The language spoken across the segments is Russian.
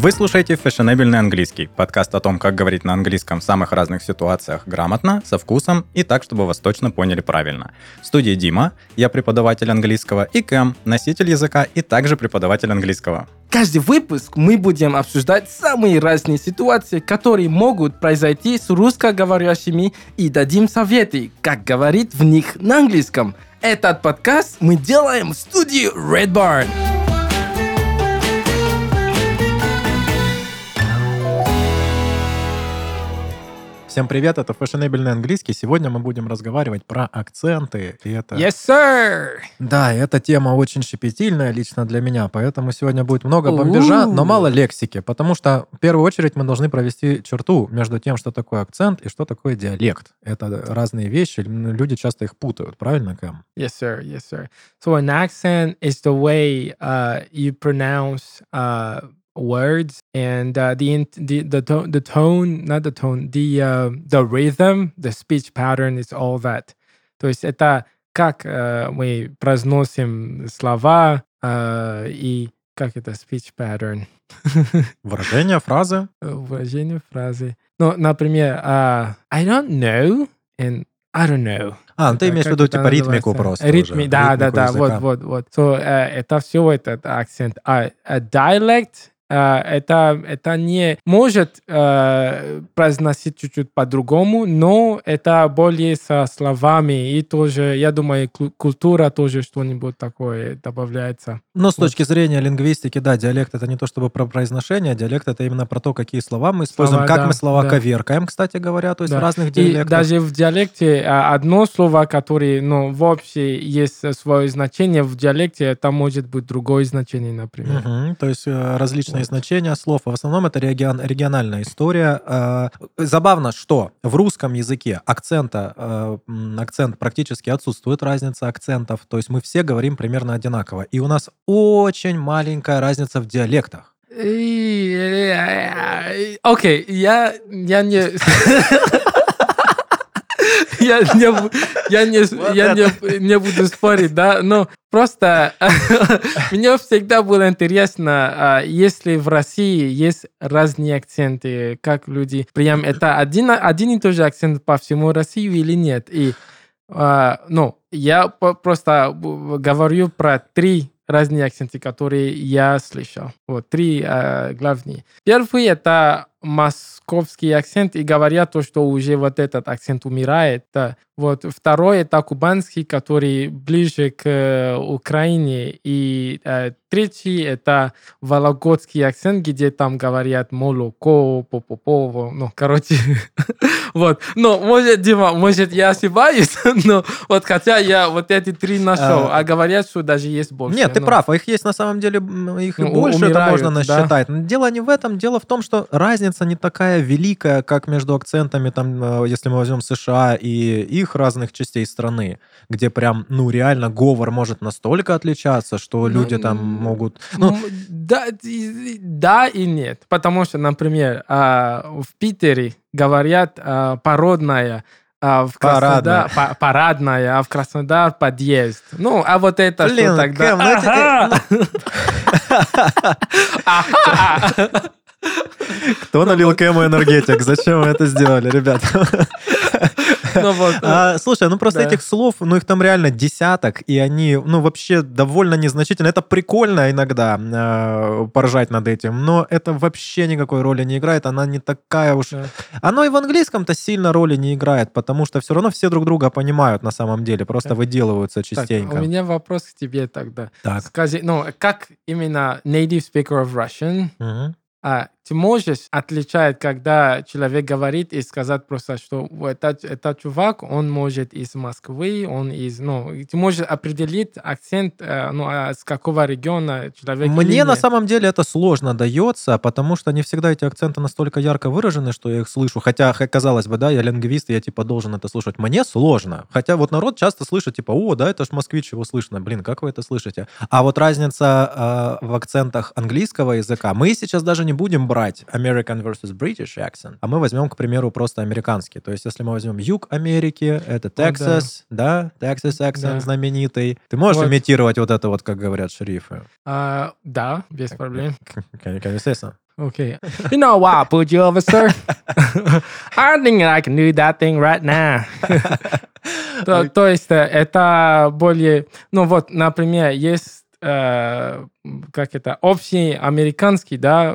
Вы слушаете «Фешенебельный английский» — подкаст о том, как говорить на английском в самых разных ситуациях грамотно, со вкусом и так, чтобы вас точно поняли правильно. В студии Дима, я преподаватель английского, и Кэм, носитель языка и также преподаватель английского. Каждый выпуск мы будем обсуждать самые разные ситуации, которые могут произойти с русскоговорящими, и дадим советы, как говорить в них на английском. Этот подкаст мы делаем в студии Red Barn. Всем привет, это «Фешенебельный английский». Сегодня мы будем разговаривать про акценты. И это... Yes, sir! Да, эта тема очень щепетильная лично для меня, поэтому сегодня будет много бомбежа, но мало лексики, потому что в первую очередь мы должны провести черту между тем, что такое акцент и что такое диалект. Это разные вещи, люди часто их путают, правильно, Кэм? Yes, sir. Yes, sir. So an accent is the way you pronounce words and the tone, not the tone, the rhythm, the speech pattern is all that. То есть это как мы произносим слова и как это speech pattern. Выражение, фразы. Выражение, фразы. Ну, например, I don't know and I don't know. Ты имеешь в виду типа ритмику просто. Да. Вот. So, это все этот акцент. Dialect это не может произносить чуть-чуть по-другому, но это более со словами. И тоже, я думаю, культура тоже что-нибудь такое добавляется. Но с точки зрения лингвистики, да, диалект — это не то чтобы про произношение, диалект — это именно про то, какие слова мы используем, как мы слова коверкаем, кстати говоря, то есть в разных диалектах. И даже в диалекте одно слово, которое, вообще есть свое значение, в диалекте это может быть другое значение, например. То есть различные значения слов. В основном это региональная история. Забавно, что в русском языке акцент практически отсутствует, разница акцентов. То есть мы все говорим примерно одинаково. И у нас очень маленькая разница в диалектах. Окей, я не... Я не буду спорить, да, но просто мне всегда было интересно, если в России есть разные акценты, как люди... Прям это один и тот же акцент по всему России или нет. И, я просто говорю про 3 разные акценты, которые я слышал. Вот 3 главные. Первый — это московский акцент, и говорят то, что уже вот этот акцент умирает. Да. Вот второй — это кубанский, который ближе к Украине. И третий — это вологодский акцент, где там говорят молоко, по-по-по. Вот. Но, может, я ошибаюсь, но вот хотя я вот эти 3 нашел, а говорят, что даже есть больше. Нет, ты прав, их есть на самом деле, их больше, это можно насчитать. Да? Но дело не в этом, дело в том, что разница не такая великая, как между акцентами, там, если мы возьмем США и их разных частей страны, где прям, реально говор может настолько отличаться, что люди там могут... Да и нет. Потому что, например, в Питере говорят парадная, а в Краснодар подъезд. А вот это что тогда? Кто налил Кэму энергетик? Зачем вы это сделали, ребята? Слушай, просто этих слов, их там реально десяток, и они, вообще довольно незначительны. Это прикольно иногда поржать над этим, но это вообще никакой роли не играет, она не такая уж... Оно и в английском-то сильно роли не играет, потому что все равно все друг друга понимают на самом деле, просто выделываются частенько. У меня вопрос к тебе тогда. Так. Скажи, как именно native speaker of Russian... Ты можешь отличать, когда человек говорит, и сказать просто, что этот чувак, он может из Москвы, он из... ты можешь определить акцент, с какого региона человек. Мне на самом деле это сложно дается, потому что не всегда эти акценты настолько ярко выражены, что я их слышу. Хотя, казалось бы, да, я лингвист, и я должен это слушать. Мне сложно. Хотя вот народ часто слышит, это ж москвич, его слышно. Блин, как вы это слышите? А вот разница в акцентах английского языка, мы сейчас даже не будем брать American versus British accent, а мы возьмем, к примеру, просто американский. То есть, если мы возьмем юг Америки, это Texas, Texas accent знаменитый. Ты можешь имитировать вот это вот, как говорят шерифы? Да, без проблем. Естественно. Okay. You know why I put you over, sir? I think I can do that thing right now. То есть это более... Ну вот, например, есть как это, общий американский, да,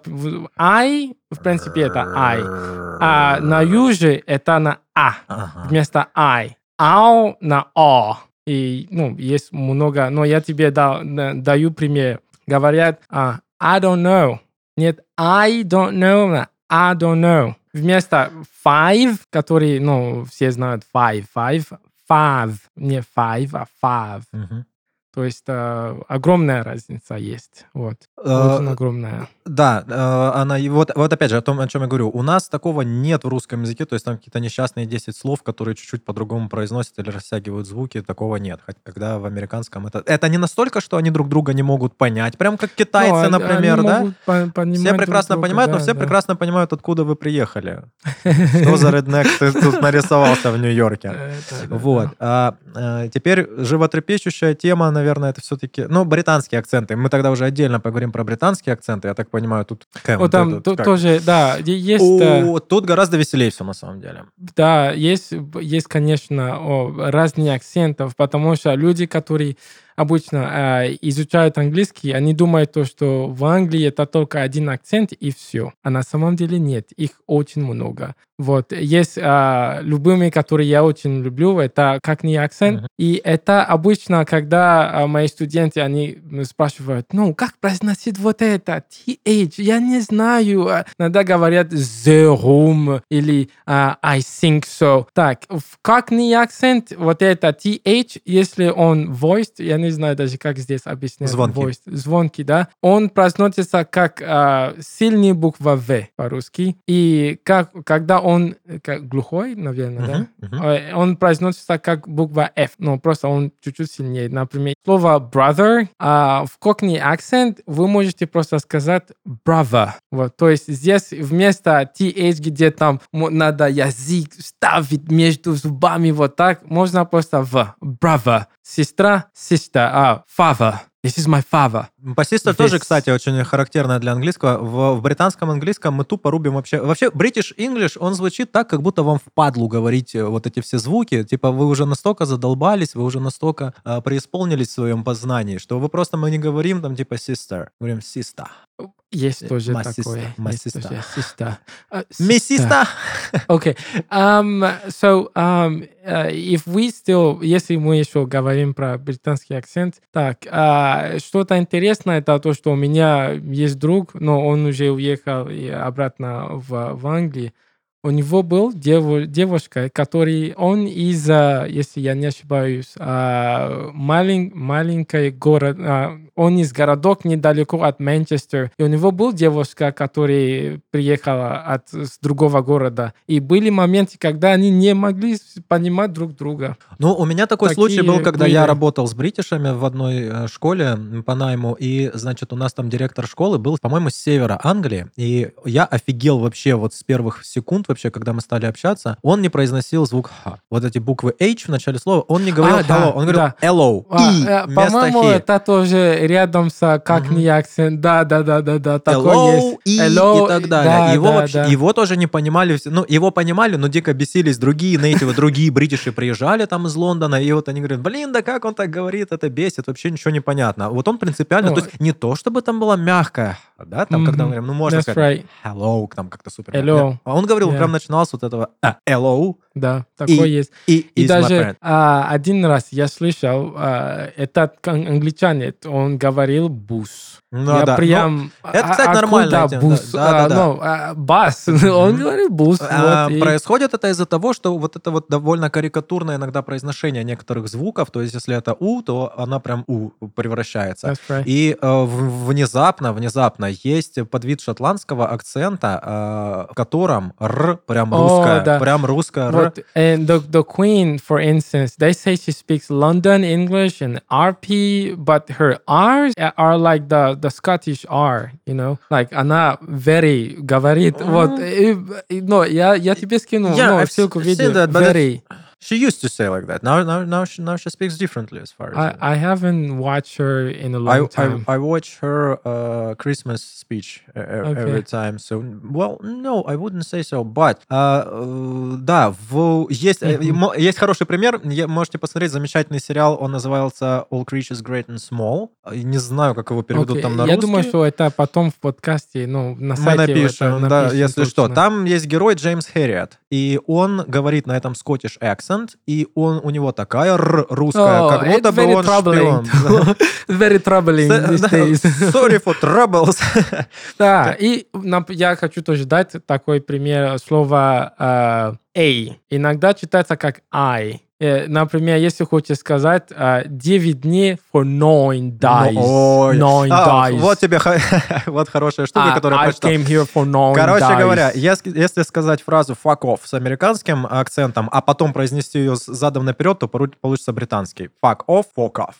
I, в принципе, это I. А на юже это на А, вместо I. Ау на О. И, ну, есть много, но я тебе даю пример. Говорят, I don't know. Нет, I don't know, I don't know. Вместо five, который, ну, все знают five, не five, а five. То есть огромная разница есть. Вот. Очень огромная. Да, она, и вот опять же, о том, о чем я говорю. У нас такого нет в русском языке, то есть там какие-то несчастные 10 слов, которые чуть-чуть по-другому произносят или растягивают звуки, такого нет. Хотя когда в американском это не настолько, что они друг друга не могут понять, прям как китайцы, например, да? Все прекрасно понимают, но все прекрасно понимают, откуда вы приехали. Что за реднек ты тут нарисовался в Нью-Йорке. Вот. Теперь животрепещущая тема, наверное, это все-таки... Ну, британские акценты. Мы тогда уже отдельно поговорим про британские акценты. Я так понимаю, тут... Вот там тоже, да, есть... Тут гораздо веселее все, на самом деле. Да, есть, конечно, разные акценты, потому что люди, которые обычно изучают английский, они думают, что в Англии это только один акцент и все. А на самом деле нет, их очень много. Вот. Есть любимые, которые я очень люблю, это как не акцент. И это обычно, когда мои студенты, они спрашивают, ну, как произносить вот это, TH, я не знаю. Иногда говорят the room или I think so. Так, как не акцент, вот это TH, если он voiced, я не знаю даже, как здесь объяснять. Звонкий, да. Он произносится как сильная буква В по-русски. И когда он глухой, наверное, да? Он произносится как буква F, но просто он чуть-чуть сильнее. Например, слово brother, в cockney акцент вы можете просто сказать brother. Вот, то есть здесь вместо TH, где там надо язык ставить между зубами вот так, можно просто в brother. Сестра, sister, father. This is my father. По sister тоже, кстати, очень характерно для английского. В британском английском мы тупо рубим вообще... Вообще, British English, он звучит так, как будто вам впадлу говорить вот эти все звуки. Типа вы уже настолько задолбались, вы уже настолько преисполнились в своем познании, что мы не говорим там типа sister, говорим sister. Есть тоже My такое. My Есть sister. тоже sister. Miss sister. Okay. If we still, если мы еще говорим про британский акцент, так, что-то интересное, это то, что у меня есть друг, но он уже уехал обратно в Англию. У него был девушка, который он из, если я не ошибаюсь, маленький город, он из городок недалеко от Манчестера. И у него был девушка, которая приехала с другого города. И были моменты, когда они не могли понимать друг друга. Ну, у меня такой случай был, когда я работал с бритишами в одной школе по найму, и, значит, у нас там директор школы был, по-моему, с севера Англии, и я офигел вообще вот с первых секунд вообще, когда мы стали общаться, он не произносил звук Х. Вот эти буквы H в начале слова, он не говорил hello, он говорил hello, и по-моему, это тоже рядом с как не акцент. Да, такой есть. Hello, и так далее. Его тоже не понимали, ну, его понимали, но дико бесились другие нейтивы, другие бритиши приезжали там из Лондона, и вот они говорят, блин, да как он так говорит, это бесит, вообще ничего не понятно. Вот он принципиально, то есть не то, чтобы там была мягкая, да, там, когда мы говорим, ну, можно сказать hello, там как-то супер. Hello. А он говорил, прям начинал с вот этого hello. Да, такой есть. И даже один раз я слышал, этот англичанин, он говорил бус. Ну, я прям... это, кстати, нормально. Бус? Бас. Он говорит бус. Происходит это из-за того, что вот это вот довольно карикатурное иногда произношение некоторых звуков, то есть если это У, то она прям У превращается. Right. И внезапно есть подвид шотландского акцента, в котором Р прям русское. Да. Прям русское Р. And the Queen, for instance, they say she speaks London English and RP, but her R's are like the Scottish R, you know? Like, она very говорит, вот. Но я тебе скину ссылку видео. Very. She used to say like that. Now she speaks differently as far as I know. I haven't watched her in a long time. I watch her Christmas speech every time. So, well, no, I wouldn't say so. But, да, есть хороший пример. Можете посмотреть замечательный сериал. Он называется All Creatures Great and Small. Не знаю, как его переведут там на русский. Я думаю, что это потом в подкасте, ну, на сайте. Мы напишем, да, если что. Там есть герой Джеймс Хэрриот. И он говорит на этом Scottish accent. И у него такая русская, как будто бы он шпион. Very troubling these days. Sorry for troubles. Да, и я хочу тоже дать такой пример слова A. Иногда читается как I. Например, если хочешь сказать 9 дней for 9 days. 9 days. Вот тебе вот хорошая штука, которую я прочитал. I came here for 9 days. Короче говоря, если сказать фразу fuck off с американским акцентом, а потом произнести ее задом наперед, то получится британский. Fuck off, fuck off.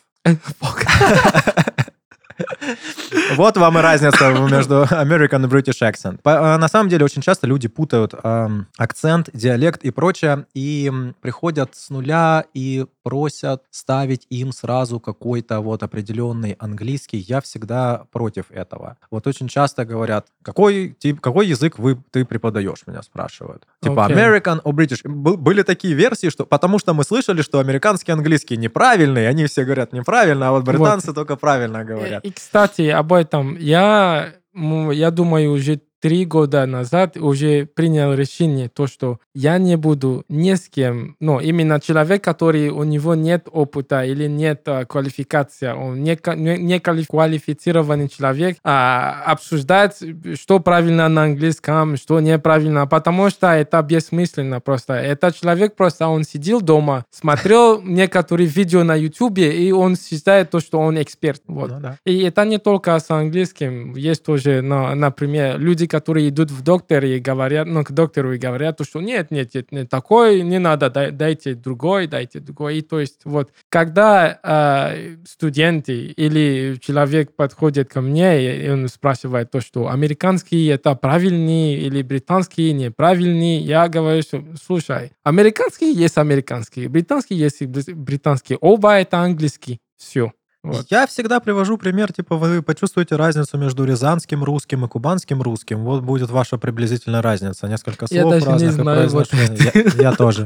Вот вам и разница между American и British accent. На самом деле, очень часто люди путают акцент, диалект и прочее, и приходят с нуля и просят ставить им сразу какой-то вот определенный английский. Я всегда против этого. Вот очень часто говорят, какой язык ты преподаешь, меня спрашивают. Типа American or British. Были такие версии, что потому что мы слышали, что американский английский неправильный, они все говорят неправильно, а вот британцы только правильно говорят. И, кстати, об этом я думаю, уже 3 года назад уже принял решение, то, что я не буду ни с кем, именно человек, который у него нет опыта или нет квалификации, он не квалифицированный человек, обсуждать, что правильно на английском, что неправильно, потому что это бессмысленно просто. Этот человек просто, он сидел дома, смотрел некоторые видео на YouTube, и он считает то, что он эксперт. Вот. И это не только с английским, есть тоже, например, люди, которые идут к доктору и говорят, что нет, такой не надо, дайте другой. И то есть вот, когда студенты или человек подходит ко мне, и он спрашивает то, что американский это правильный или британский неправильный, я говорю, что, слушай, американский есть американский, британский есть британский, оба это английский, все. Вот. Я всегда привожу пример, типа, вы почувствуете разницу между рязанским русским и кубанским русским. Вот будет ваша приблизительная разница. Несколько слов я даже разных не знаю, и произношения. Я тоже.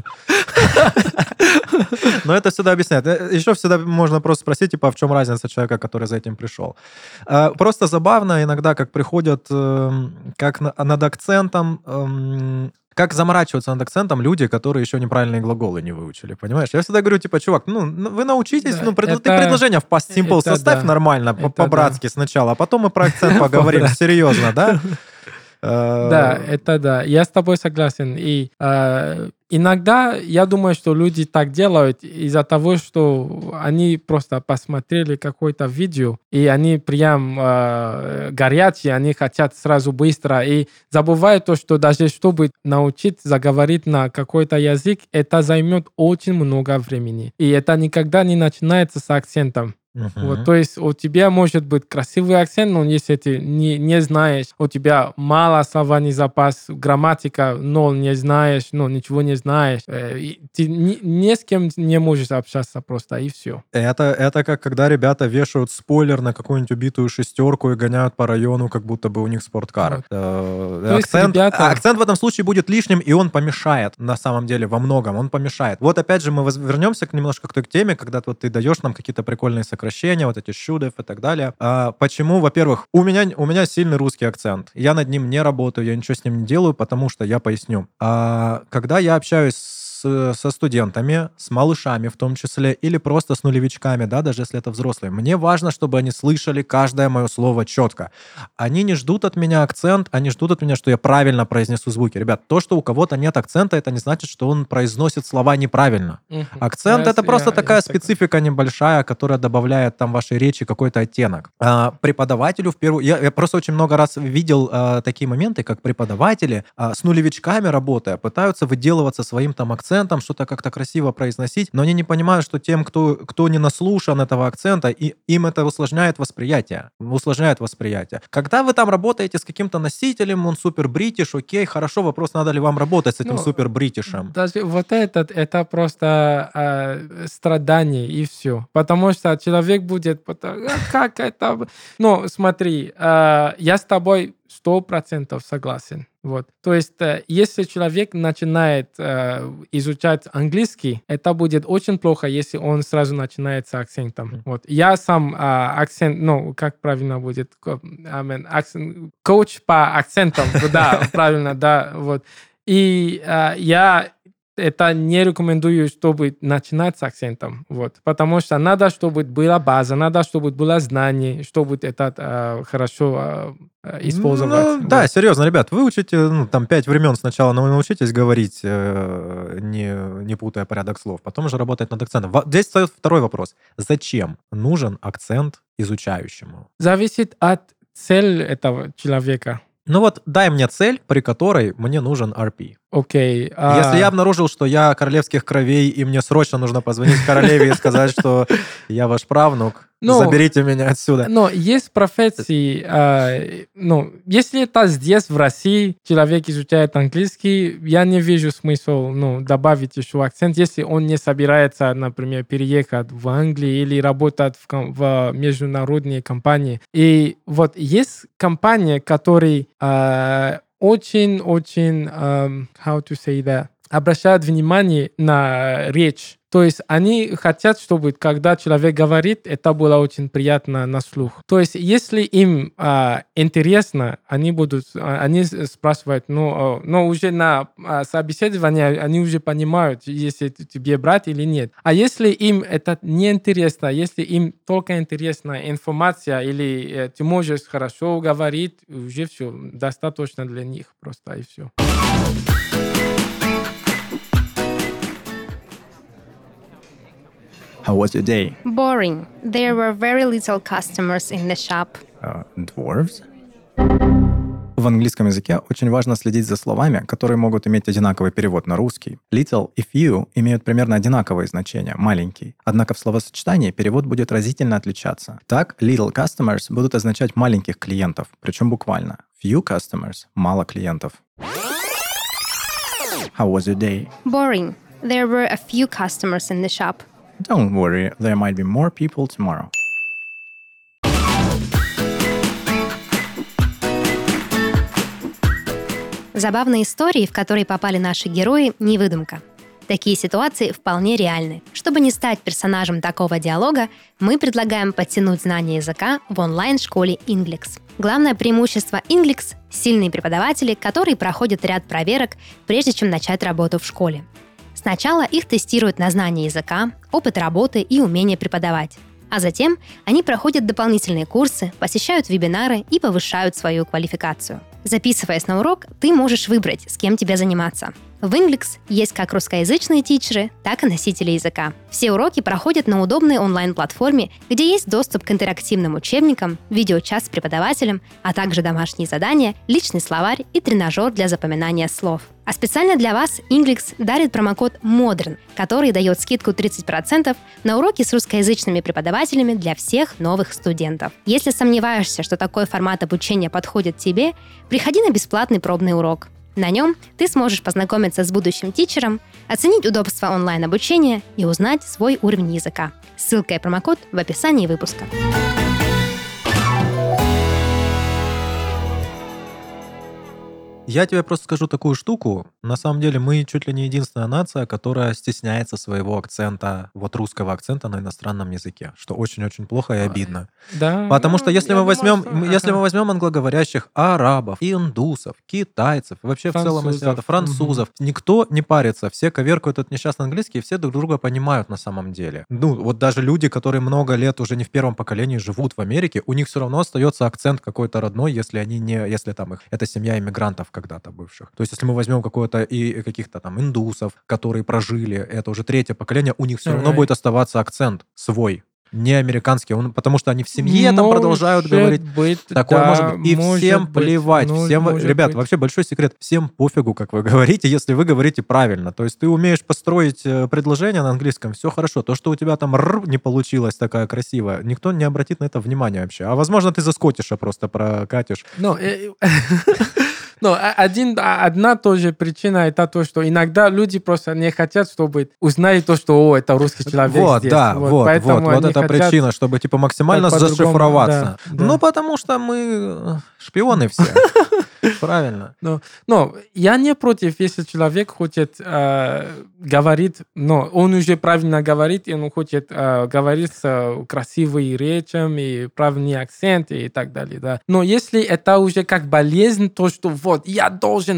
Но это всегда объясняет. Еще всегда можно просто спросить, типа, в чем разница человека, который за этим пришел. Просто забавно иногда, как приходят, как над акцентом, как заморачиваются над акцентом люди, которые еще неправильные глаголы не выучили, понимаешь? Я всегда говорю, типа, чувак, вы научитесь, ты предложение в past simple составь нормально, по-братски сначала, а потом мы про акцент поговорим, серьезно, да? Да, это да. Я с тобой согласен. И иногда я думаю, что люди так делают из-за того, что они просто посмотрели какое-то видео, и они прям горячие, они хотят сразу быстро, и забывают то, что даже чтобы научиться заговорить на какой-то язык, это займет очень много времени. И это никогда не начинается с акцентом. Вот, то есть у тебя может быть красивый акцент, но если ты не знаешь, у тебя мало словарный запас, грамматика, не знаешь, ничего не знаешь, ты ни с кем не можешь общаться просто, и все. Это как когда ребята вешают спойлер на какую-нибудь убитую шестерку и гоняют по району, как будто бы у них спорткар. Вот. Акцент в этом случае будет лишним, и он помешает, на самом деле, во многом, он помешает. Вот опять же мы вернемся немножко к той теме, когда вот ты даешь нам какие-то прикольные сокращения, вот эти should have и так далее. Почему? Во-первых, у меня сильный русский акцент. Я над ним не работаю, я ничего с ним не делаю, потому что я поясню. Когда я общаюсь со студентами, с малышами в том числе, или просто с нулевичками, да, даже если это взрослые, мне важно, чтобы они слышали каждое мое слово четко. Они не ждут от меня акцент, они ждут от меня, что я правильно произнесу звуки. Ребят, то, что у кого-то нет акцента, это не значит, что он произносит слова неправильно. Акцент — это просто такая специфика небольшая, которая добавляет там вашей речи какой-то оттенок. Преподавателю в первую... Я просто очень много раз видел такие моменты, как преподаватели с нулевичками работая, пытаются выделываться своим там акцентом, акцентом что-то как-то красиво произносить, но они не понимают, что тем, кто не наслушан этого акцента, и им это усложняет восприятие. Когда вы там работаете с каким-то носителем, он супер бритиш, окей, хорошо, вопрос, надо ли вам работать с этим супер бритишем. Даже вот это просто страдание и все. Потому что человек будет... Как это... Ну, смотри, я с тобой 100% согласен. Вот. То есть, если человек начинает изучать английский, это будет очень плохо, если он сразу начинает с акцентом. Вот. Я сам акцент, ну, как правильно будет? Коуч по акцентам. Да, правильно, да. Вот. И я это не рекомендую, чтобы начинать с акцентом. Вот. Потому что надо, чтобы была база, надо, чтобы было знание, чтобы это хорошо использовать. Ну, вот. да, серьезно, ребят, вы учите, там, 5 времен сначала научитесь говорить, не путая порядок слов, потом уже работать над акцентом. Здесь второй вопрос. Зачем нужен акцент изучающему? Зависит от цели этого человека. Ну вот дай мне цель, при которой мне нужен RP. Окей. Если я обнаружил, что я королевских кровей, и мне срочно нужно позвонить королеве и сказать, что я ваш правнук, заберите меня отсюда. Но есть профессии, если это здесь, в России, человек изучает английский, я не вижу смысла добавить еще акцент, если он не собирается, например, переехать в Англию или работать в международной компании. И вот есть компании, которые очень-очень, how to say that, обращают внимание на речь. То есть они хотят, чтобы, когда человек говорит, это было очень приятно на слух. То есть если им интересно, они спрашивают, но уже на собеседовании они уже понимают, если тебе брать или нет. А если им это не интересно, если им только интересна информация или ты можешь хорошо говорить, уже все, достаточно для них просто и все. How was your day? Boring. There were very little customers in the shop. Dwarves? В английском языке очень важно следить за словами, которые могут иметь одинаковый перевод на русский. Little и few имеют примерно одинаковые значения, маленький. Однако в словосочетании перевод будет разительно отличаться. Так, little customers будут означать маленьких клиентов, причем буквально. Few customers – мало клиентов. How was your day? Boring. There were a few customers in the shop. Don't worry, there might be more people tomorrow. Забавные истории, в которые попали наши герои, не выдумка. Такие ситуации вполне реальны. Чтобы не стать персонажем такого диалога, мы предлагаем подтянуть знания языка в онлайн-школе Inglix. Главное преимущество Inglix – сильные преподаватели, которые проходят ряд проверок, прежде чем начать работу в школе. Сначала их тестируют на знание языка, опыт работы и умение преподавать. А затем они проходят дополнительные курсы, посещают вебинары и повышают свою квалификацию. Записываясь на урок, ты можешь выбрать, с кем тебе заниматься. В Inglix есть как русскоязычные тичеры, так и носители языка. Все уроки проходят на удобной онлайн-платформе, где есть доступ к интерактивным учебникам, видеочас с преподавателем, а также домашние задания, личный словарь и тренажер для запоминания слов. А специально для вас Inglix дарит промокод MODERN, который дает скидку 30% на уроки с русскоязычными преподавателями для всех новых студентов. Если сомневаешься, что такой формат обучения подходит тебе, приходи на бесплатный пробный урок. На нем ты сможешь познакомиться с будущим тичером, оценить удобство онлайн-обучения и узнать свой уровень языка. Ссылка и промокод в описании выпуска. Я тебе просто скажу такую штуку. На самом деле мы чуть ли не единственная нация, которая стесняется своего акцента, вот русского акцента на иностранном языке, что очень-очень плохо и обидно. Да. Потому что если я мы думаю, возьмем англоговорящих арабов, индусов, китайцев, вообще в целом Французов. французов, никто не парится, все коверкают этот несчастный английский, и все друг друга понимают на самом деле. Ну, вот даже люди, которые много лет уже не в первом поколении живут в Америке, у них все равно остается акцент какой-то родной, если там это семья иммигрантов когда-то бывших. То есть, если мы возьмем каких-то там индусов, которые прожили, это уже третье поколение, у них все равно будет оставаться акцент свой. не американский, потому что они в семье там продолжают говорить. Такое да, может быть. И всем плевать. Ребят, быть. вообще большой секрет. Всем пофигу, как вы говорите, если вы говорите правильно. То есть ты умеешь построить предложение на английском, все хорошо. То, что у тебя там не получилось такая красивая, никто не обратит на это внимания вообще. А возможно, ты заскотиша просто прокатишь. Но одна тоже причина это то, что иногда люди просто не хотят, чтобы узнали то, что это русский человек вот, здесь. Да, вот эта причина, чтобы типа максимально зашифроваться. Да. Ну, потому что мы шпионы все. Правильно. Но я не против, если человек хочет говорить, но он уже правильно говорит, и он хочет говорить с красивой речью и правильный акцент и так далее. Да. Но если это уже как болезнь, то, что вот, я должен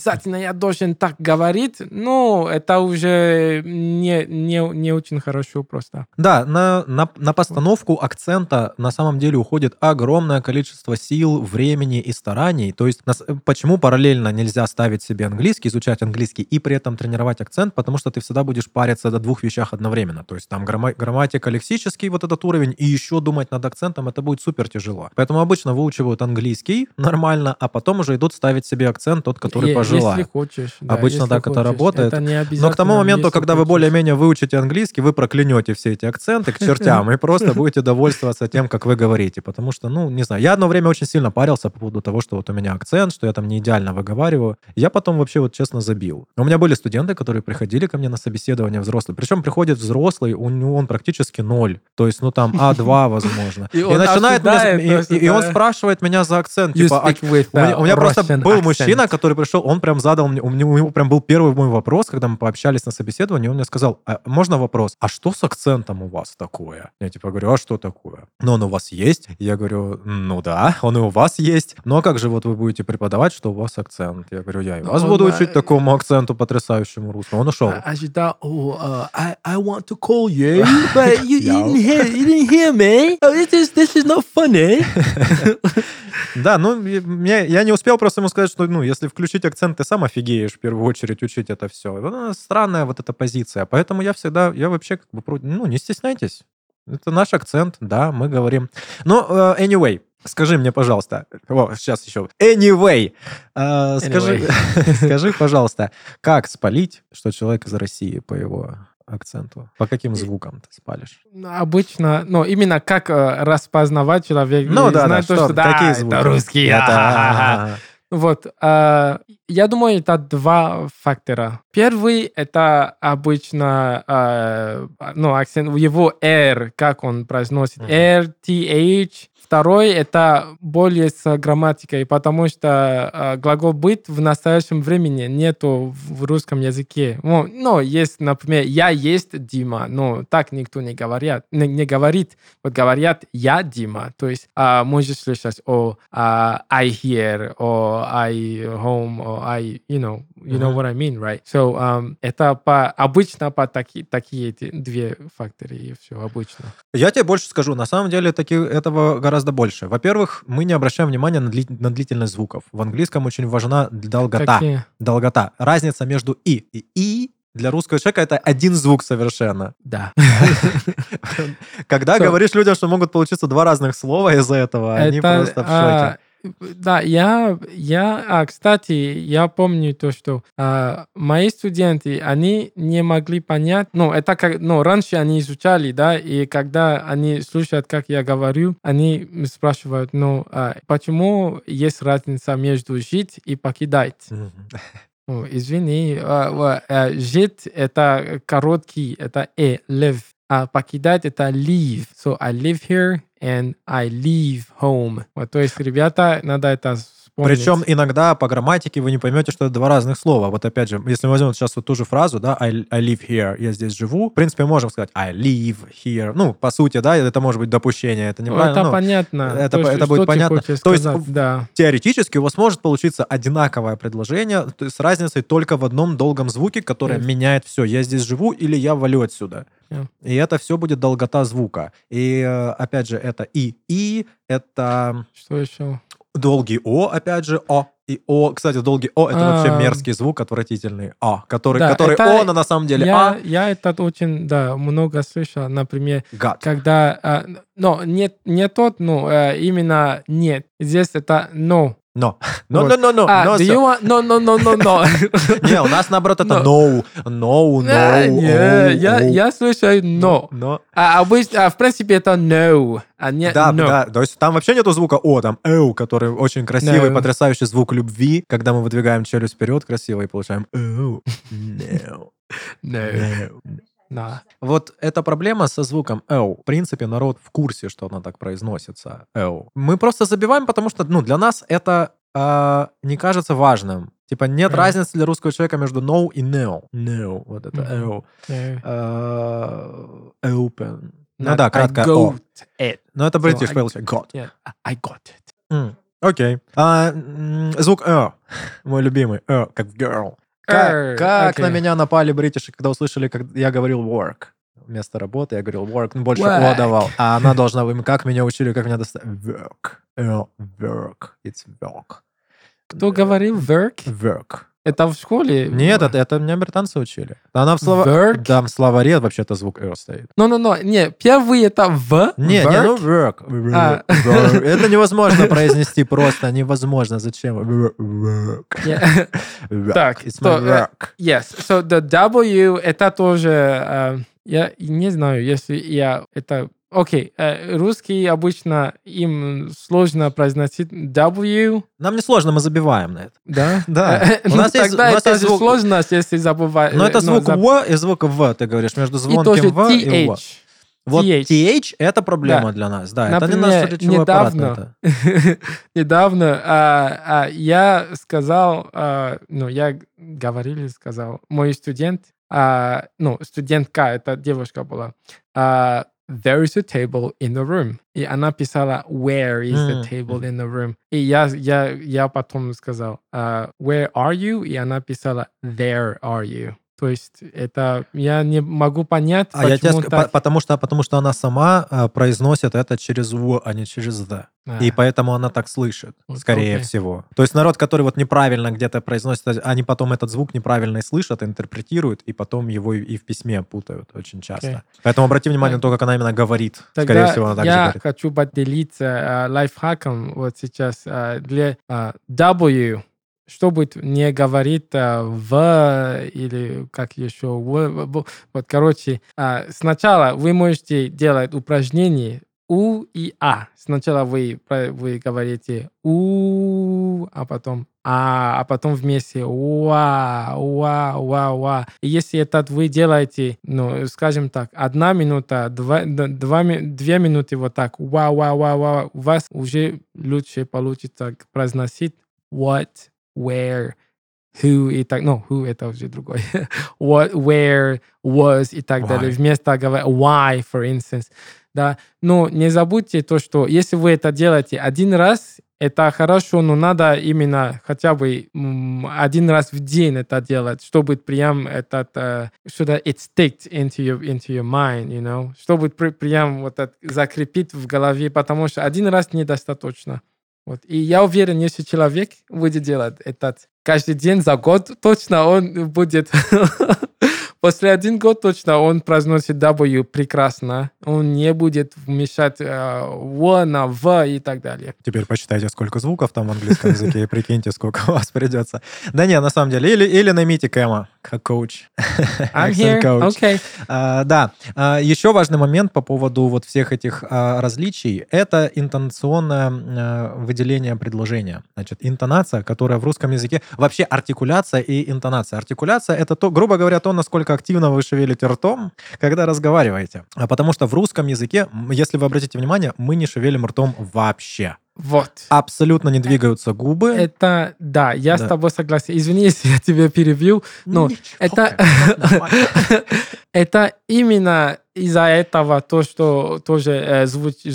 так говорить, ну, это уже не очень хорошо просто. Да, на постановку акцента на самом деле уходит огромное количество сил, времени и стараний. То есть почему параллельно нельзя ставить себе английский, изучать английский и при этом тренировать акцент? Потому что ты всегда будешь париться до двух вещах одновременно. То есть там грамматика, лексический вот этот уровень, и еще думать над акцентом, это будет супер тяжело. Поэтому обычно выучивают английский нормально, а потом уже идут ставить себе акцент тот, который пожелают. Если хочешь. Да, обычно так это работает. Это не обязательно. Но к тому моменту, когда вы более-менее выучите английский, вы проклянете все эти акценты к чертям и просто будете довольствоваться тем, как вы говорите. Потому что, не знаю, я одно время очень сильно парился по поводу того, что вот у меня акцент, что я там не идеально выговариваю. Я потом вообще вот честно забил. У меня были студенты, которые приходили ко мне на собеседование взрослые. Причем приходит взрослый, он практически 0. То есть, там А2, возможно. И начинает и он спрашивает меня за акцент. Типа, у меня просто был мужчина, который пришел, он прям задал мне, у него прям был первый мой вопрос, когда мы пообщались на собеседовании, он мне сказал, можно вопрос, а что с акцентом у вас такое? Я типа говорю, а что такое? Ну, он у вас есть? Я говорю, ну да, он и у вас есть. Ну, а как же вот вы будете преподавать, что у вас акцент? Я говорю, я и вас буду учить такому акценту потрясающему русскому. Он ушел. Ожидал, I want to call you, but you didn't hear me. This is not funny. Да, я не успел просто ему сказать, что, если включить акцент, ты сам офигеешь в первую очередь учить это все. Странная вот эта позиция. Поэтому я вообще не стесняйтесь. Это наш акцент, да, мы говорим. Но, anyway, скажи мне, пожалуйста, сейчас еще. Anyway, скажи, пожалуйста, как спалить, что человек из России по его акценту? По каким звукам ты спалишь? Обычно, именно как распознавать человека. Знать, что какие звуки? Это русский. Вот, я думаю, это два фактора. Первый, это обычно, акцент, его R, как он произносит, R, TH. Второй, это более с грамматикой, потому что глагол быть в настоящем времени нету в русском языке. Есть, например, я есть Дима, но так никто не говорит. Вот говорят я Дима. То есть можешь слышать I here, I home, I, you know what I mean, right? So, это обычно по такие эти две факторы, и все обычно. Я тебе больше скажу, на самом деле этого гораздо больше. Во-первых, мы не обращаем внимания на длительность звуков. В английском очень важна долгота. Какие? Долгота. Разница между и для русского человека это один звук совершенно. Да. Когда говоришь людям, что могут получиться два разных слова из-за этого, они просто в шоке. Да, кстати, я помню то, что мои студенты, они не могли понять, это как, раньше они изучали, да, и когда они слушают, как я говорю, они спрашивают, почему есть разница между жить и покидать? Извини, жить это короткий, это live, а покидать это leave. So I live here and I leave home. То есть, ребята, надо это вспомнить. Причем иногда по грамматике вы не поймете, что это два разных слова. Вот опять же, если мы возьмем сейчас вот ту же фразу, да, I live here, я здесь живу, в принципе, мы можем сказать I live here. По сути, да, это может быть допущение, это неправильно. Это понятно. Это будет понятно. То есть, да. Теоретически у вас может получиться одинаковое предложение с разницей только в одном долгом звуке, которое меняет все. Я здесь живу или я валю отсюда. И это все будет долгота звука. И, опять же, это и, это... Что еще? Долгий О, опять же, О. И О, кстати, долгий О, это вообще мерзкий звук, отвратительный. Который Да, который это- О, но на самом деле А. Я это очень, да, много слышал. Например, Гад. когда... но нет, не тот, ну, именно нет. Здесь это no. Но. Вот. Но. Do you want... No. Не, у нас наоборот это Но. no. Я слышаю no. Но. Обычно, в принципе, это no, а не Да, no. да, то есть там вообще нету звука О, там эу, который очень красивый, No. потрясающий звук любви, когда мы выдвигаем челюсть вперед красиво и получаем эу, no, No. no. Да. Вот эта проблема со звуком эу. В принципе, народ в курсе, что она так произносится, эу. Мы просто забиваем, потому что, для нас это не кажется важным. Типа нет Мгм. разницы для русского человека между no и no. No, вот это Мгм. эу. No. Open. Ну Not да, I кратко О. got it. Но это So British I- получается got. Yeah, I got it. Окей. Звук мой любимый, как в girl. Как на окей. меня напали бритиши, когда услышали, как я говорил work. Вместо работы я говорил work, больше О Work. давал. А она должна быть, как меня учили, как меня достать. Work. Work. It's work. Кто говорил work? Work. Это в школе? Нет, это меня британцы учили. Она в Work? Да, в словаре вообще-то звук стоит. Не, первый это в. Не, work. work. А. Work. Это невозможно произнести просто. Невозможно. Зачем? Work. Yeah. Work. Так, It's my work. Yes, so the W это тоже, я не знаю, если я это... Окей, русский обычно им сложно произносить W, Нам не сложно, мы забиваем на это. да? Да. У Ну, нас есть- тогда у нас это есть же звук- сложность, если забывать. Но это звук В и звук В, ты говоришь, между И звонким тоже В и В. TH. Вот TH. TH это проблема Да. для нас, да. Это не Например, наш речевой аппарат. недавно- это. Недавно я сказал, я сказал, мой студент, студентка, это девушка была, there is a table in the room. И она писала, where is the table in the room? И я потом сказал, where are you? И она писала, there are you. То есть это я не могу понять, А я тебе почему так. потому что она сама произносит это через В, а не через Д. И поэтому она так слышит, скорее Окей. всего. То есть народ, который вот неправильно где-то произносит, они потом этот звук неправильно и слышат, интерпретируют, и потом его и в письме путают очень часто. Окей. Поэтому обрати внимание на то, как она именно говорит. Скорее Тогда всего, она так же я говорит. хочу поделиться лайфхаком вот сейчас для W, чтобы не говорить в или как еще вот короче сначала вы можете делать упражнение У и А. Сначала вы говорите У, а потом вместе уа, уа, уа, уа. И если это вы делаете, скажем так, 1 минута, 2 минуты вот так, уа, уа, уа, уа, у вас уже лучше получится произносить what, where, who и так, who это уже другой. What, where, was и так Why. далее. Вместо говорить why, for instance. Да, но не забудьте то, что если вы это делаете 1 раз, это хорошо, но надо именно хотя бы 1 раз в день это делать, чтобы прям это, что-то it sticked into your mind, you know, чтобы прям вот это закрепить в голове, потому что 1 раз недостаточно. Вот. И я уверен, если человек будет делать это каждый день за год, точно он будет... После 1 год точно он произносит W прекрасно. Он не будет вмешать В на В и так далее. Теперь посчитайте, сколько звуков там в английском языке, и прикиньте, сколько у вас придется. Да не, на самом деле. Или наймите Кэма, как коуч. I'm Accent here. coach. Okay. Да. Еще важный момент по поводу вот всех этих различий — это интонационное выделение предложения. Значит, интонация, которая в русском языке... Вообще артикуляция и интонация. Артикуляция — это, грубо говоря, то, насколько активно вы шевелите ртом, когда разговариваете. Потому что в русском языке, если вы обратите внимание, мы не шевелим ртом вообще. Вот. Абсолютно не двигаются губы. Это, да, я Да. с тобой согласен. Извини, если я тебя перебил, но Ничего, это, нормально. это именно из-за этого то, что тоже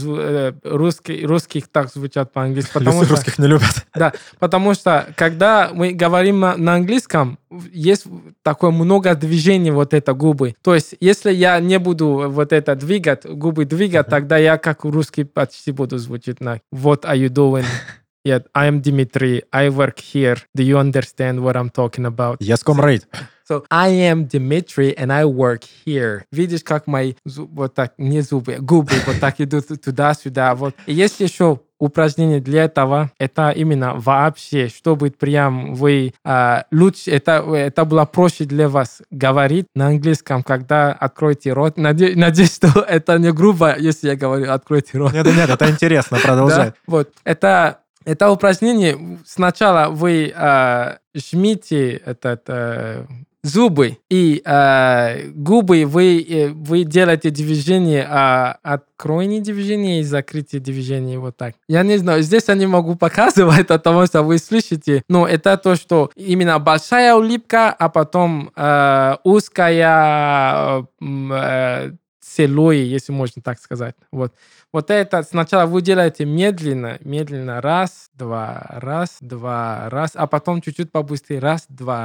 русских так звучат по-английски. Потому что, Русских не любят. да, потому что когда мы говорим на английском, есть такое много движений вот это губы. То есть, если я не буду вот это двигать, губы двигать, тогда я как русский почти буду звучать на What are you doing? Yeah, I am Dimitri. I work here. Do you understand what I'm talking about? Yes, comrade. So, I am Dimitri and I work here. Видишь, как мои вот так, не зубы, губы вот так идут туда-сюда. Вот. И есть еще упражнение для этого. Это именно вообще, чтобы прям вы лучше, это было проще для вас говорить на английском, когда откроете рот. Надеюсь, что это не грубо, если я говорю «откройте рот». Нет, это интересно, продолжай. Да? Вот. Это упражнение, сначала вы жмите зубы и губы, вы делаете движение, откройте движение и закрытие движение, вот так. Я не знаю, здесь я не могу показывать, потому что вы слышите, но это то, что именно большая улыбка, а потом узкая целуя, если можно так сказать. Вот это сначала вы делаете медленно, раз, два, а потом чуть-чуть побыстрее, раз, два,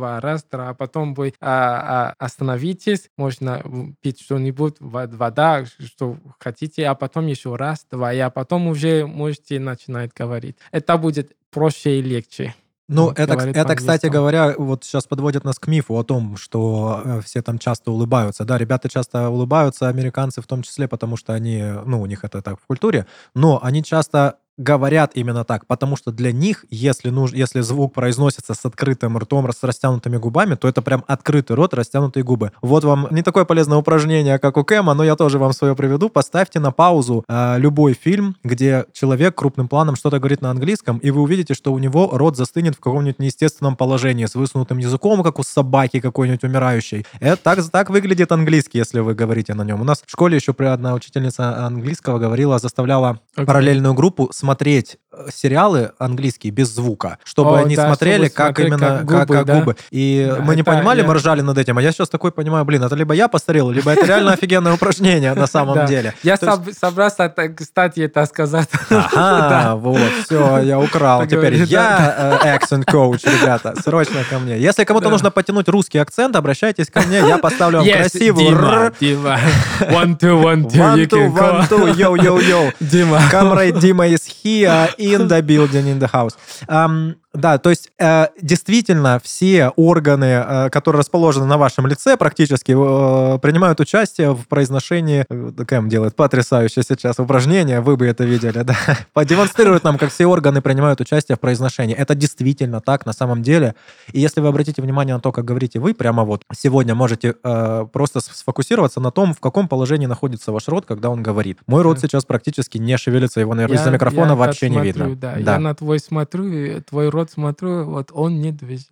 а потом вы остановитесь, можно пить что-нибудь, вода, что хотите, а потом еще раз, два, и потом уже можете начинать говорить. Это будет проще и легче. Ну, это, кстати говоря, вот сейчас подводит нас к мифу о том, что все там часто улыбаются. Да, ребята часто улыбаются, американцы в том числе, потому что они, у них это так в культуре, но они часто говорят именно так, потому что для них, если звук произносится с открытым ртом, с растянутыми губами, то это прям открытый рот, растянутые губы. Вот вам не такое полезное упражнение, как у Кэма, но я тоже вам свое приведу. Поставьте на паузу любой фильм, где человек крупным планом что-то говорит на английском, и вы увидите, что у него рот застынет в каком-нибудь неестественном положении, с высунутым языком, как у собаки какой-нибудь умирающей. Это так выглядит английский, если вы говорите на нем. У нас в школе еще одна учительница английского заставляла параллельную группу смотреть сериалы английские без звука, чтобы они смотрели, как именно как губы. И мы не понимали, мы ржали над этим. А я сейчас такой понимаю, это либо я постарел, либо это реально офигенное упражнение на самом деле. Я собрался, кстати, это сказать. Ага, вот, все, я украл. Теперь я accent coach, ребята, срочно ко мне. Если кому-то нужно потянуть русский акцент, обращайтесь ко мне, я поставлю вам красивую... Дима. One, two, you can go. One, two, yo. Дима. Comrade Дима is here in the building, in the house. Да, то есть действительно все органы, которые расположены на вашем лице, практически принимают участие в произношении. Кэм делает потрясающее сейчас упражнение, вы бы это видели, да. Продемонстрирует нам, как все органы принимают участие в произношении. Это действительно так на самом деле. И если вы обратите внимание на то, как говорите вы, прямо вот сегодня можете просто сфокусироваться на том, в каком положении находится ваш рот, когда он говорит. Мой рот сейчас практически не шевелится, его, наверное, из-за микрофона вообще не видно. Да. Я на твой смотрю, твой рот смотрю, вот он не движется.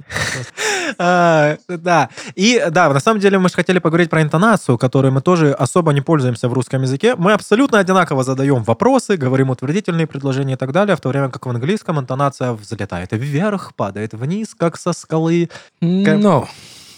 Да. И да, на самом деле мы же хотели поговорить про интонацию, которой мы тоже особо не пользуемся в русском языке. Мы абсолютно одинаково задаем вопросы, говорим утвердительные предложения и так далее, в то время как в английском интонация взлетает вверх, падает вниз, как со скалы. No.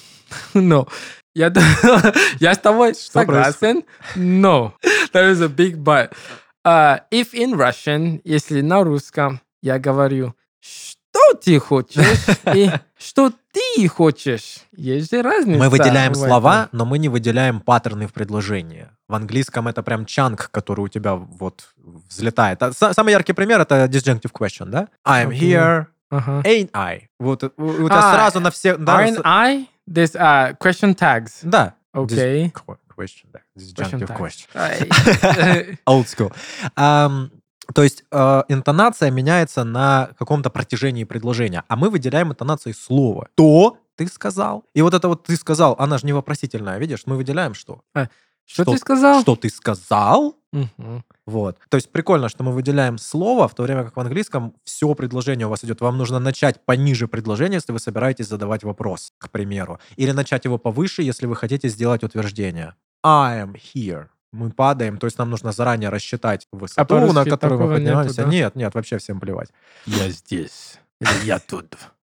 Я с тобой согласен, но there is a big but. If in Russian, если на русском, я говорю, что ты хочешь и что ты хочешь. Есть же разница. Мы выделяем слова, но мы не выделяем паттерны в предложении. В английском это прям чанк, который у тебя вот взлетает. Самый яркий пример — это disjunctive question, да? I'm here, ain't I. Вот у тебя сразу на все... Aren't I? There's question tags. Да. Okay. Question tag. Disjunctive question. Old school. То есть интонация меняется на каком-то протяжении предложения, а мы выделяем интонацией слова. То ты сказал. И вот это вот ты сказал, она же не вопросительная, видишь? Мы выделяем что? Что ты сказал? Что ты сказал? Вот. То есть прикольно, что мы выделяем слово, в то время как в английском все предложение у вас идет. Вам нужно начать пониже предложения, если вы собираетесь задавать вопрос, к примеру. Или начать его повыше, если вы хотите сделать утверждение. I am here. Мы падаем, то есть нам нужно заранее рассчитать высоту, на которую мы поднимаемся. Нету, да? Нет, вообще всем плевать. Я здесь. Или я тут.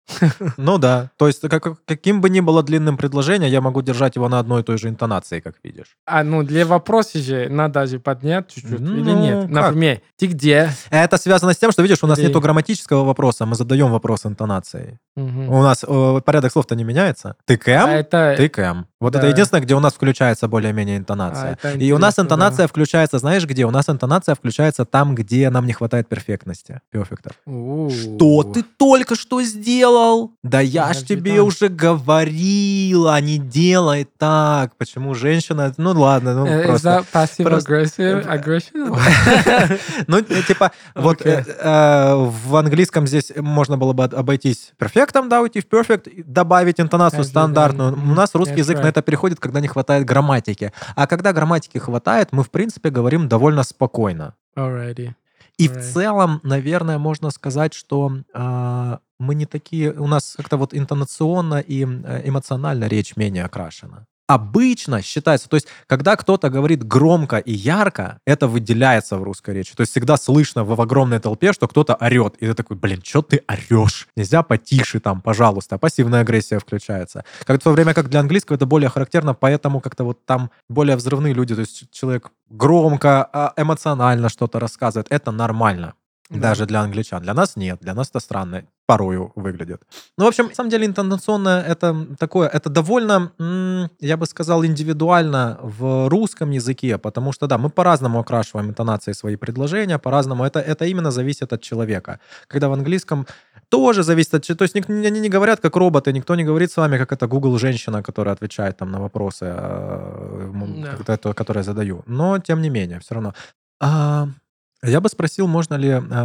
Ну да. То есть каким бы ни было длинным предложение, я могу держать его на одной и той же интонации, как видишь. Для вопроса же надо же поднять чуть-чуть, или Ну, нет? как? Например, ты где? Это связано с тем, что, видишь, у нас Или- нету грамматического вопроса, мы задаем вопрос интонацией. Мгм. У нас порядок слов-то не меняется. Ты А кэм, это... ты кэм. Вот да. это единственное, где у нас включается более-менее интонация. это И у нас интересно, интонация включается, знаешь где? У нас интонация включается там, где нам не хватает перфектности. Перфектов. У. Что ты только что сделал? Да я ж Подожди, тебе там. уже говорила, не делай так. Почему женщина... Ну ладно, ну Is просто... that passive просто- aggression? Ну, типа, вот Окей. в английском здесь можно было бы обойтись перфектом, да, уйти в perfect, и добавить интонацию Конечно, стандартную. да. У нас русский That's язык на right. это переходит, когда не хватает грамматики. А когда грамматики хватает, мы, в принципе, говорим довольно спокойно. Alrighty. И в Right. целом, наверное, можно сказать, что мы не такие... У нас как-то вот интонационно и эмоционально речь менее окрашена. Обычно считается, то есть, когда кто-то говорит громко и ярко, это выделяется в русской речи. То есть, всегда слышно в огромной толпе, что кто-то орет. И ты такой, блин, что ты орешь? Нельзя потише там, пожалуйста. Пассивная агрессия включается. Как в то время как для английского это более характерно, поэтому как-то вот там более взрывные люди. То есть, человек громко, эмоционально что-то рассказывает. Это нормально. Даже для англичан. Для нас нет. Для нас это странно порою выглядит. Ну, в общем, на самом деле, интонационно это такое, это довольно, я бы сказал, индивидуально в русском языке, потому что, да, мы по-разному окрашиваем интонации свои предложения, по-разному. Это именно зависит от человека. Когда в английском тоже зависит от... То есть они не говорят как роботы, никто не говорит с вами, как это Google женщина, которая отвечает там на вопросы, которые я задаю. Но, тем не менее, все равно. Я бы спросил, можно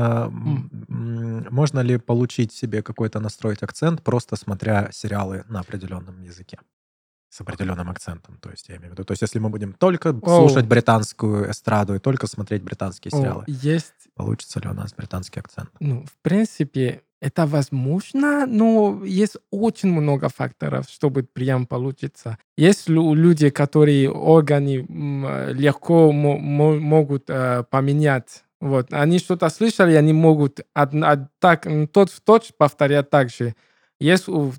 ли получить себе какой-то, настроить акцент, просто смотря сериалы на определенном языке. С определенным акцентом, то есть я имею в виду. То есть если мы будем только слушать британскую эстраду и только смотреть британские сериалы, Есть, получится ли у нас британский акцент? в принципе, это возможно, но есть очень много факторов, чтобы прям получиться. Есть люди, которые органы легко могут поменять. Вот. Они что-то слышали, они могут тот в тот повторять так же. Есть у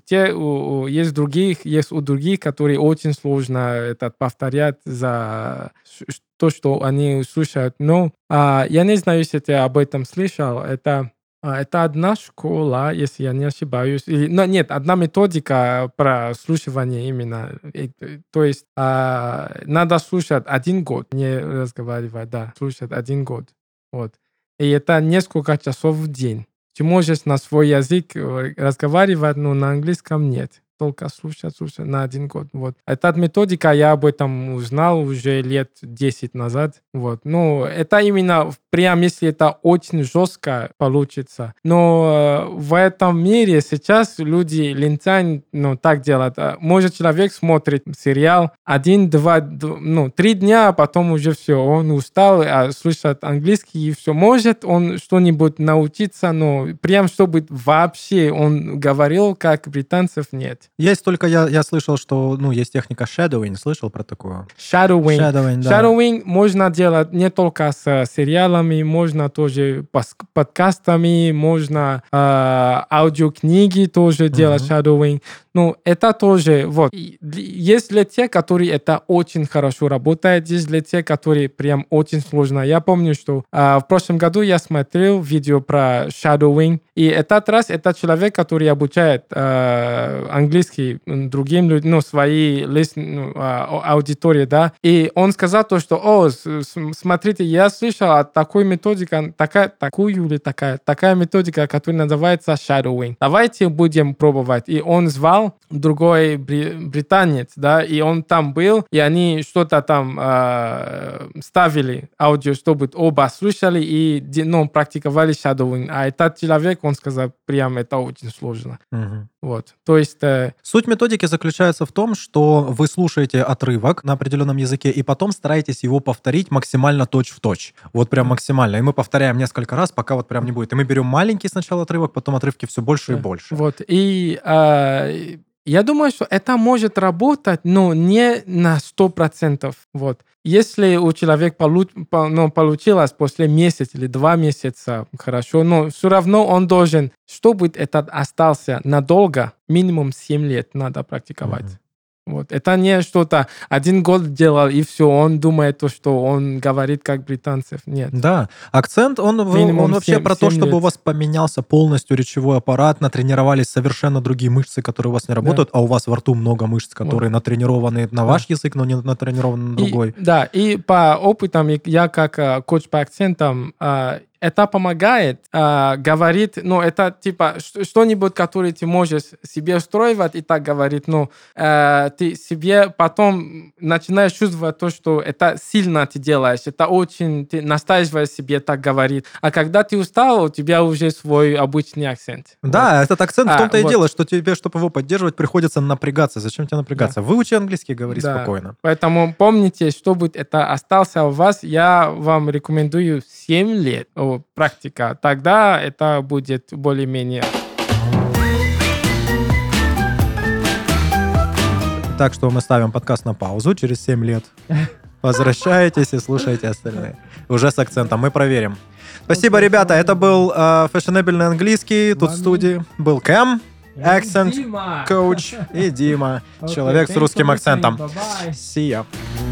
других, которые очень сложно это повторять за то, что они слушают. Но я не знаю, если ты об этом слышал. Это одна школа, если я не ошибаюсь. Нет, одна методика прослушивания именно. То есть надо слушать 1 год, не разговаривать, да, слушать 1 год. Вот. И это несколько часов в день. Ты можешь на свой язык разговаривать, но на английском нет. Только слушать на 1 год. Вот. Эта методика, я об этом узнал уже лет 10 назад. Вот. Ну, это именно прям, если это очень жестко получится. Но в этом мире сейчас люди лентяй, так делают. Может, человек смотрит сериал 1, 2, 3 дня, а потом уже все, он устал, слушает английский и все. Может он что-нибудь научиться, но прям чтобы вообще он говорил, как британцев, нет. Есть только, я слышал, что, есть техника shadowing, слышал про такую? Shadowing. Shadowing, да. Shadowing можно делать не только с сериалами, можно тоже подкастами, можно аудиокниги тоже делать shadowing. Ну, это тоже, вот. Есть для тех, которые это очень хорошо работает, есть для тех, которые прям очень сложно. Я помню, что в прошлом году я смотрел видео про shadowing, и этот раз это человек, который обучает английский другим людям, своей аудитории, да, и он сказал то, что, смотрите, я слышал о такой методике, такая методика, которая называется shadowing. Давайте будем пробовать. И он звал другой британец, да, и он там был, и они что-то там ставили аудио, чтобы оба слушали и практиковали shadowing. А этот человек, он сказал, прям это очень сложно. Вот. То есть... Суть методики заключается в том, что вы слушаете отрывок на определенном языке и потом стараетесь его повторить максимально точь-в-точь. Вот прям максимально. И мы повторяем несколько раз, пока вот прям не будет. И мы берем маленький сначала отрывок, потом отрывки все больше и больше. Вот. И я думаю, что это может работать, но не на 100%. Вот. если у человека получилось после месяца или 2 месяца хорошо, но все равно он должен, чтобы этот остался надолго, минимум 7 лет надо практиковать. Вот. Это не что-то 1 год делал, и все, он думает, то, что он говорит как британцев. Нет. Да, акцент, он вообще про то, чтобы у вас поменялся полностью речевой аппарат, натренировались совершенно другие мышцы, которые у вас не работают, а у вас во рту много мышц, которые натренированы на ваш язык, но не натренированы на другой. И по опытам, я как коуч по акцентам, это помогает, говорит, это типа что-нибудь, которое ты можешь себе устроивать, и так говорит, ты себе потом начинаешь чувствовать то, что это сильно ты делаешь, это очень, ты настаиваешь себе так говорит. А когда ты устал, у тебя уже свой обычный акцент. Да, вот. Этот акцент в том-то и вот. дело, что тебе, чтобы его поддерживать, приходится напрягаться. Зачем тебе напрягаться? Да. Выучи английский, говори спокойно. Поэтому помните, чтобы это остался у вас, я вам рекомендую 7 лет. Практика, тогда это будет более-менее. Так что мы ставим подкаст на паузу через 7 лет. Возвращаетесь и слушаете остальные. Уже с акцентом. Мы проверим. Спасибо, ребята. Это был фешенебельный английский. Тут в студии был Кэм, акцент, коуч и Дима, человек с русским акцентом. See ya.